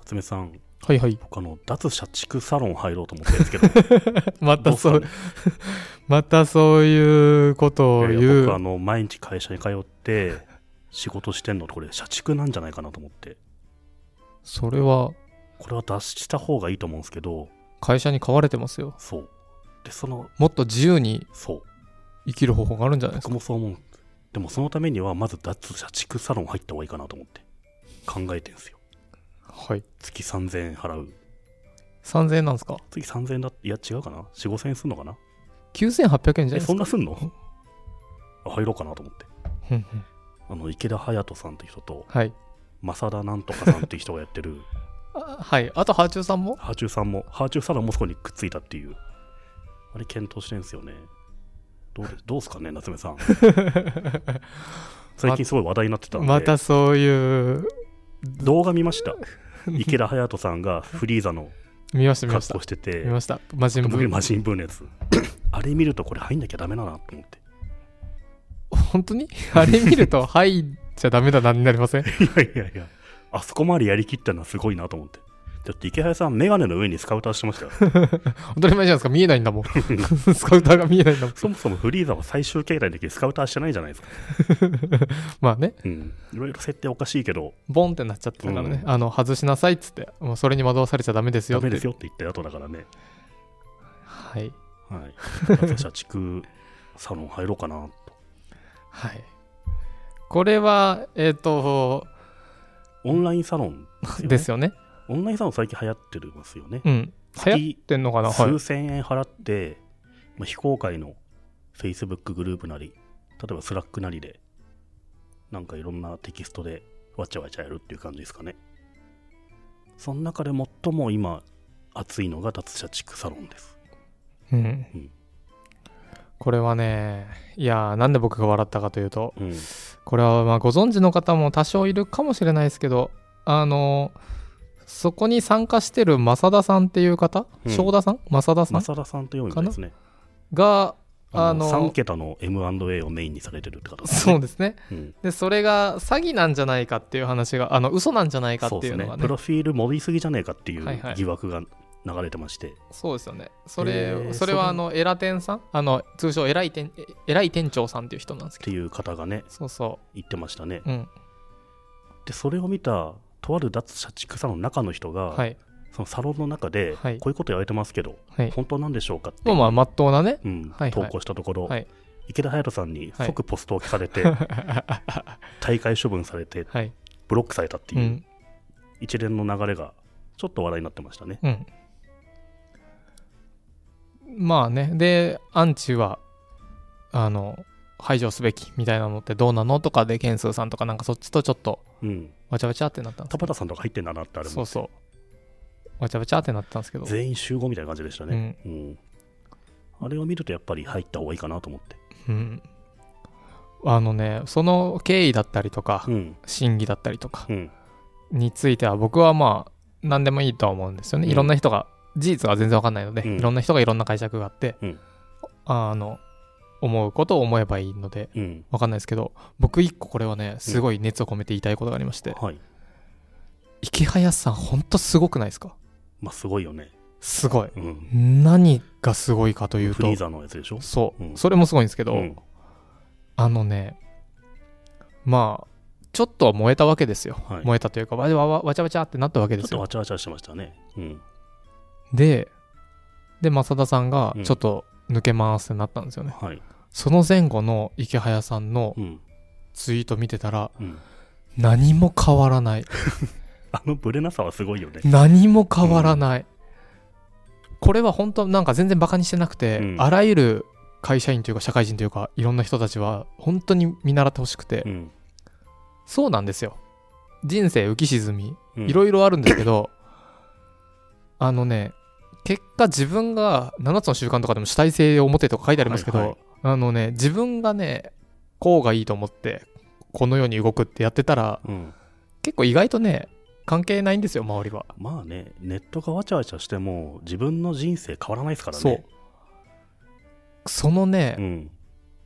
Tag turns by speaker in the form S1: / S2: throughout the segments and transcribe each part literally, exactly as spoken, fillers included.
S1: 夏目さん、
S2: はいはい。
S1: 僕あの脱社畜サロン入ろうと思ってるんですけど
S2: またそう、
S1: ね、
S2: またそういうことを言う。
S1: いや僕あの毎日会社に通って仕事してんのとこれ社畜なんじゃないかなと思って。
S2: それは
S1: これは脱した方がいいと思うんですけど、
S2: 会社に飼われてますよ。
S1: そうでその
S2: もっと自由に
S1: そう
S2: 生きる方法があるんじゃないですか。
S1: 僕もそう思う。でもそのためにはまず脱社畜サロン入った方がいいかなと思って考えてるんですよ。
S2: はい。
S1: 月さんぜんえん払う。
S2: さんぜんえんなんですか。
S1: 月さんぜんえんだって、いや違うかな、よん、ごせんえんすんのかな。
S2: きゅうせんはっぴゃくえんじゃないですか。
S1: えそんなすんのあ入ろうかなと思って。
S2: ふんふん
S1: あの池田隼人さんって人と
S2: はい。
S1: 正田なんとかさんって人がやってる
S2: あはい。あと、ハーチューさんも
S1: ハーチューさんもハーチューサロンもそこにくっついたっていう、あれ検討してるんですよね。どうでどうすかね夏目さん最近すごい話題になってたんで、
S2: またそういう
S1: 動画見ました。池田隼人さんがフリーザの
S2: 見ました見ました
S1: 格好してて、
S2: 見ました魔人ブー
S1: 魔人ブーのやつあれ見るとこれ入んなきゃダメだなと思って。
S2: 本当にあれ見ると入っちゃダメだなになりません？
S1: いやいやいや、あそこまでやりきったのはすごいなと思って。だって池原さんメガネの上にスカウターしてましたよ
S2: 当たり前じゃないですか。見えないんだもんスカウターが見えないんだもん。
S1: そもそもフリーザは最終形態の時スカウターしてないじゃないですか
S2: まあね、
S1: うん、いろいろ設定おかしいけど
S2: ボンってなっちゃってたからね、
S1: うん、
S2: あの外しなさいっつって、もうそれに惑わされちゃダメですよって。
S1: ダメですよって言った後だからね。
S2: はい
S1: はい社畜サロン入ろうかなと。
S2: はい。これはえっ、ー、と
S1: オンラインサロンですよね。
S2: ですよね。
S1: オンラインサロン最近流行ってますよね。
S2: うん。流行ってんのかな。
S1: 数千円払って、まあ、非公開の Facebook グループなり、例えばスラックなりでなんかいろんなテキストでわちゃわちゃやるっていう感じですかね。その中で最も今熱いのが脱社畜サロンです。
S2: うん、
S1: うん、
S2: これはね、いやなんで僕が笑ったかというと、
S1: うん、
S2: これはまあご存知の方も多少いるかもしれないですけど、あのそこに参加してる正田さんっていう方、うん、正田さん正田さん
S1: 正田さんというみたいですね。
S2: が
S1: あのさん桁の エムアンドエー をメインにされてるって方です
S2: ね。そうですね、
S1: うん、
S2: でそれが詐欺なんじゃないかっていう話が、あの嘘なんじゃないかっていうのが ね,
S1: ねプロフィール盛りすぎじゃねえかっていう疑惑が流れてまして、はいはい、
S2: そうですよね。それ、えー、それはあのエラ店さん、あの通称偉い店偉い店長さんっていう人なんですけど、
S1: っていう方がね、
S2: そうそう
S1: 言ってましたね、
S2: うん、
S1: でそれを見たとある脱社畜さんの中の人が、はい、そのサロンの中で、はい、こういうこと言われてますけど、はい、本当なんでしょうかって、
S2: まあまっとうなね、
S1: うん
S2: はいはい、
S1: 投稿したところ、はい、池田隼人さんに即ポストを消されて、
S2: はい、
S1: 大会処分されて、はい、ブロックされたっていう一連の流れがちょっと話題になってましたね、
S2: うん、まあね。でアンチはあの排除すべきみたいなのってどうなのとかで、ケンスーさんとかなんかそっちとちょっとわちゃわちゃってなったんです。
S1: 田畑さんとか入ってんだなってあれも、
S2: そうそうわちゃわちゃってなったんですけど、
S1: 全員集合みたいな感じでしたね、うんうん、あれを見るとやっぱり入った方がいいかなと思って、
S2: うん、あのねその経緯だったりとか、うん、審議だったりとかについては僕はまあ何でもいいとは思うんですよね、うん、いろんな人が事実は全然わかんないので、うん、いろんな人がいろんな解釈があって、うん、あの思うことを思えばいいので、うん、わかんないですけど、僕一個これはねすごい熱を込めて言いたいことがありまして、うんはい、池早さんほんとすごくないですか。
S1: まあすごいよね。
S2: すごい、うん、何がすごいかというと、
S1: フリーザのやつでしょ。
S2: そう、うん、それもすごいんですけど、うん、あのねまあちょっとは燃えたわけですよ、はい、燃えたというかわわわわちゃわちゃってなったわけですよ。
S1: ちょっとわちゃわちゃしてましたね、うん、
S2: でで正田さんがちょっと抜けますってなったんですよね、
S1: うんはい、
S2: その前後の池早さんのツイート見てたら、うん、何も変わらない
S1: あのブレなさはすごいよね。
S2: 何も変わらない、うん、これは本当なんか全然バカにしてなくて、うん、あらゆる会社員というか社会人というかいろんな人たちは本当に見習ってほしくて、うん、そうなんですよ。人生浮き沈みいろいろあるんですけどあのね結果自分がななつの習慣とかでも主体性を持てとか書いてありますけど、はいはい、あのね自分がねこうがいいと思ってこのように動くってやってたら、うん、結構意外とね関係ないんですよ周りは。
S1: まあねネットがわちゃわちゃしても自分の人生変わらないですからね。
S2: そうそのね、
S1: うん、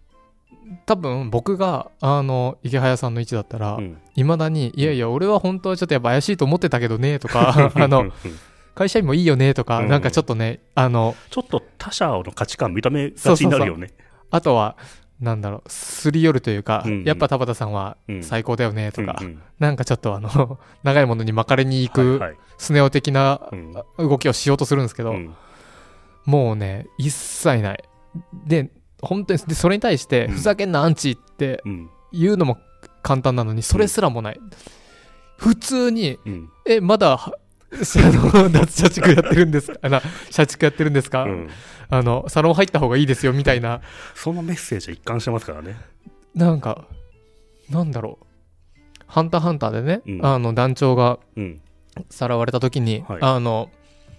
S2: 多分僕があの池早さんの位置だったらいま、うん、だにいやいや俺は本当はちょっとやっぱ怪しいと思ってたけどねとかあの会社員もいいよねとか、うん、なんかちょっとねあの
S1: ちょっと他者の価値観認めがちになるよね。そうそうそう、
S2: あとはなんだろうすり寄るというか、うんうん、やっぱ田畑さんは最高だよねとか、うんうん、なんかちょっとあの長いものに巻かれに行くスネ夫的な動きをしようとするんですけど、うん、もうね一切ないで本当にでそれに対してふざけんなアンチって言うのも簡単なのにそれすらもない、うん、普通に、うん、えまだあの脱社畜やってるんですかな社畜やってるんですか、うん、あのサロン入った方がいいですよみたいな
S1: そのメッセージは一貫してますからね。
S2: なんかなんだろうハンターハンターでね、うん、あの団長がさらわれた時に、うん、あの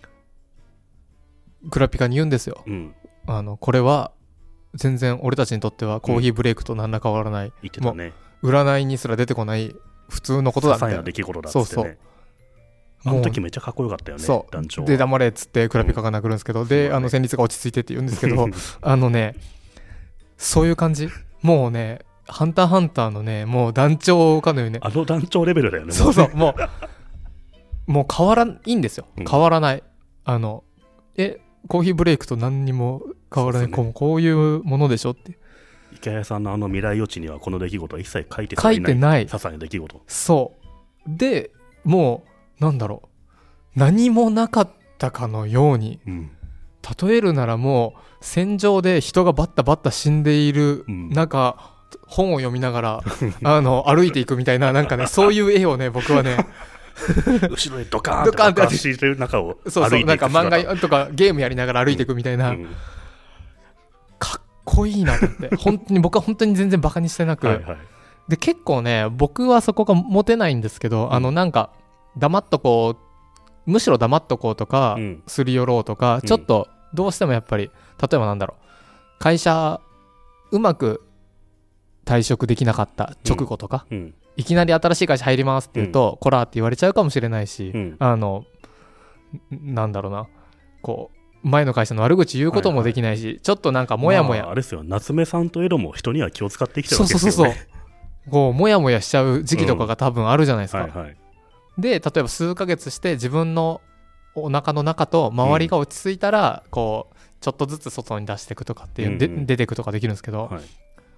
S2: クラピカに言うんですよ、うん、あのこれは全然俺たちにとってはコーヒーブレイクと何ら変わらない、うん言ってたね、もう占いにすら出てこない普通のことだみたいな、些細な出来事だっつってね。そうそう
S1: あの時めっちゃかっこよかったよね。
S2: そう団長で黙れっつってクラピカが殴るんですけど、うん、で、ね、あの旋律が落ち着いてって言うんですけどあのねそういう感じもうねハンターハンターのねもう団長かのようにね
S1: あの団長レベルだよね。
S2: そうそうもうもう変わらないんですよ、変わらない、うん、あのえコーヒーブレイクと何にも変わらない、ね、こう、こういうものでしょって
S1: 池谷さんのあの未来予知にはこの出来事は一切書いてない、
S2: 書いてない
S1: 些細な出来事。
S2: そうでもうなんだろう何もなかったかのように、うん、例えるならもう戦場で人がバッタバッタ死んでいる中、うん、本を読みながらあの歩いていくみたいななんかねそういう絵をね僕はね
S1: 後ろでドカーンと爆発してる中を歩いていく姿。そうそう
S2: なんか漫画とかゲームやりながら歩いていくみたいな、うんうん、かっこいいなと思って本当に僕は本当に全然バカにしてなくはい、はい、で結構ね僕はそこがモテないんですけど、うん、あのなんか黙っとこうむしろ黙っとこうとか、うん、すり寄ろうとか、うん、ちょっとどうしてもやっぱり例えばなんだろう会社うまく退職できなかった直後とか、うんうん、いきなり新しい会社入りますって言うと、うん、こらって言われちゃうかもしれないし、うん、あのなんだろうなこう前の会社の悪口言うこともできないし、はいはい、ちょっとなんかモヤモヤ、
S1: まあ、あれですよ夏目さんとエロも人には気を使ってきてるわけですよね。
S2: そうそうそうそうこうモヤモヤしちゃう時期とかが多分あるじゃないですか、うんはいはい、で例えば数ヶ月して自分のお腹の中と周りが落ち着いたら、うん、こうちょっとずつ外に出していくとかっていう、うんうん、で出ていくとかできるんですけど、はい、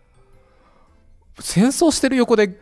S2: 戦争してる横で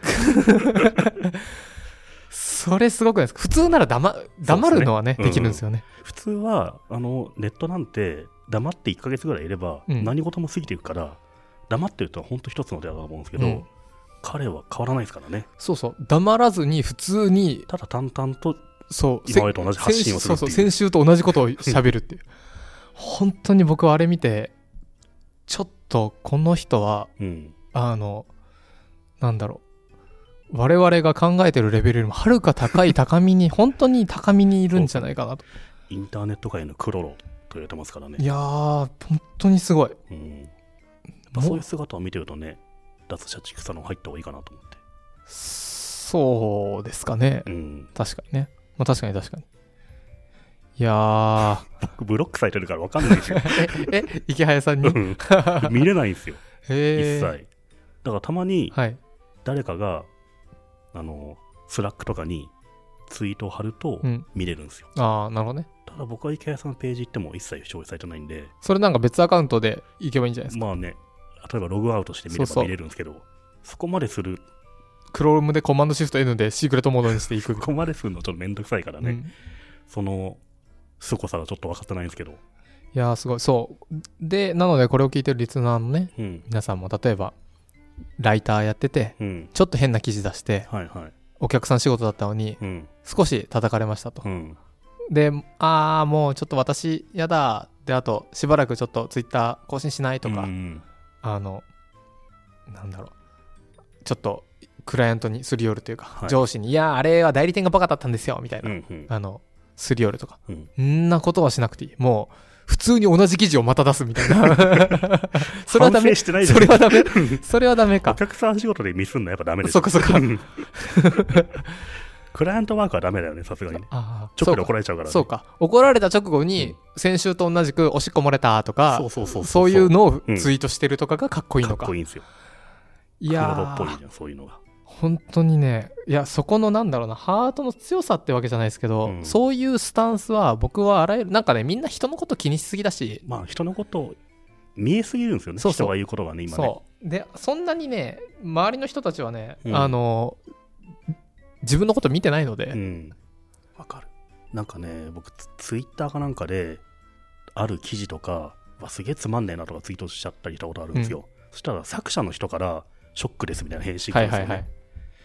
S2: それすごくないですか。普通なら 黙, 黙るのは ね, ね、うん、できるんですよね。
S1: 普通はあのネットなんて黙っていっかげつぐらいいれば、うん、何事も過ぎていくから黙ってると本当一つの手だと思うんですけど、うん、彼は変わらないですからね。
S2: そうそう黙らずに普通に
S1: ただ淡々と
S2: そう
S1: 今までと同じ発信をするっていう。
S2: そうそう先週と同じことを喋るっていう本当に僕はあれ見てちょっとこの人は、うん、あのなんだろう我々が考えてるレベルよりもはるか高い高みに本当に高みにいるんじゃないかなと。
S1: インターネット界のクロロと言われてますからね。
S2: いやー本当にすごい、うん、
S1: そういう姿を見てるとね脱社畜サロン入った方がいいかなと思って。
S2: そうですかね、うん、確かにね、まあ、確かに確かに。いやー
S1: 僕ブロックされてるから分かんないですよ
S2: ええ池早さんに
S1: 見れないんですよ一切。だからたまに誰かが、はい、あのスラックとかにツイートを貼ると見れるんですよ、
S2: うん、ああなるほどね。
S1: ただ僕は池谷さんのページ行っても一切表示されてないんで
S2: それなんか別アカウントで行けばいいんじゃないですか。
S1: まあね例えばログアウトして見れば見れるんですけど そうそう、そこまでする
S2: クロームでコマンドシフト N でシークレットモードにしていく
S1: そこまでするのちょっとめんどくさいからね、うん、その凄さがちょっと分かってないんですけど。い
S2: やーすごいそうでなのでこれを聞いてるリスナーのね、うん、皆さんも例えばライターやってて、うん、ちょっと変な記事出して、はいはい、お客さん仕事だったのに、うん、少し叩かれましたと、うん、でああもうちょっと私やだであとしばらくちょっとツイッター更新しないとか、うん、あのなんだろうちょっとクライアントにすり寄るというか、はい、上司にいやあれは代理店がバカだったんですよみたいな、うんうん、あのすり寄るとか、うん、んなことはしなくていい。もう普通に同じ記事をまた出すみたいなそれはダメ。それはダメそれはダメか。
S1: お客さん仕事でミスんのやっぱダメです。
S2: そっかそっか
S1: クライアントワークはダメだよねさすがにね。直で怒られちゃうから、ね、
S2: そうか怒られた直後に、うん、先週と同じくおしっこ漏れたとかそういうのをツイートしてるとかがかっこいいのか、
S1: うん、かっこいいんですよ。
S2: いや
S1: 黒っぽいじゃんそういうのが。
S2: 本当にね、いやそこのなんだろうな、ハートの強さってわけじゃないですけど、うん、そういうスタンスは僕はあらゆるなんかね、みんな人のこと気にしすぎだし、
S1: まあ人のこと見えすぎるんですよね。そうそう人が言うことがね今ね。
S2: そうでそんなにね周りの人たちはね、うん、あの自分のこと見てないので。
S1: うん、わかる。なんかね僕ツイッターかなんかである記事とかわすげえつまんねえなとかツイートしちゃったりしたことあるんですよ、うん、そしたら作者の人からショックですみたいな返信が来るんですよね、はいはいはい、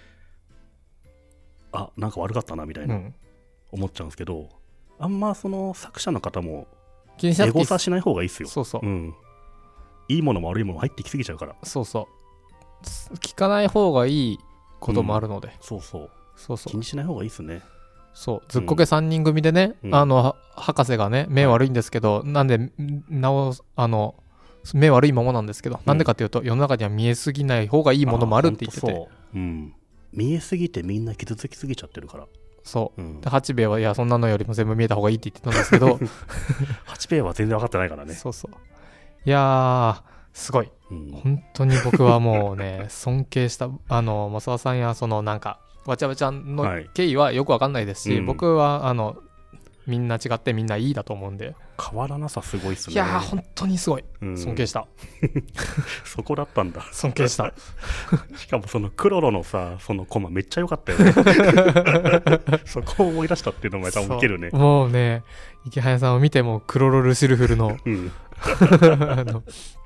S1: あなんか悪かったなみたいな、うん、思っちゃうんですけど、あんまその作者の方もエゴサしない方がいいですよ。
S2: そうそう、うん、
S1: いいものも悪いものも入ってきすぎちゃうから。
S2: そうそう聞かない方がいいこともあるので、うん、
S1: そうそう
S2: そうそう
S1: 気にしない方がいいですね。
S2: そうずっこけさんにん組でね、うん、あの博士がね目悪いんですけど、はい、なんでなおあの目悪いままなんですけど、うん、なんでかっていうと世の中には見えすぎない方がいいものもあるって言ってて、そう、
S1: うん、見えすぎてみんな傷つきすぎちゃってるから。
S2: そう、うん、で八兵衛はいやそんなのよりも全部見えた方がいいって言ってたんですけど
S1: 八兵衛は全然分かってないからね。
S2: そうそういやーすごい、うん、本当に僕はもうね尊敬したあの増田さんやそのなんかわちゃわちゃんの経緯はよくわかんないですし、はいうん、僕はあのみんな違ってみんないいだと思うんで。
S1: 変わらなさすごいっすね。
S2: いやー本当にすごい、うん、尊敬した
S1: そこだったんだ。
S2: 尊敬した
S1: しかもそのクロロのさそのコマめっちゃ良かったよねそこを思い出したっていうのもまたウケるね。
S2: もうね池早さんを見てもクロロルシルフルの、うん、あの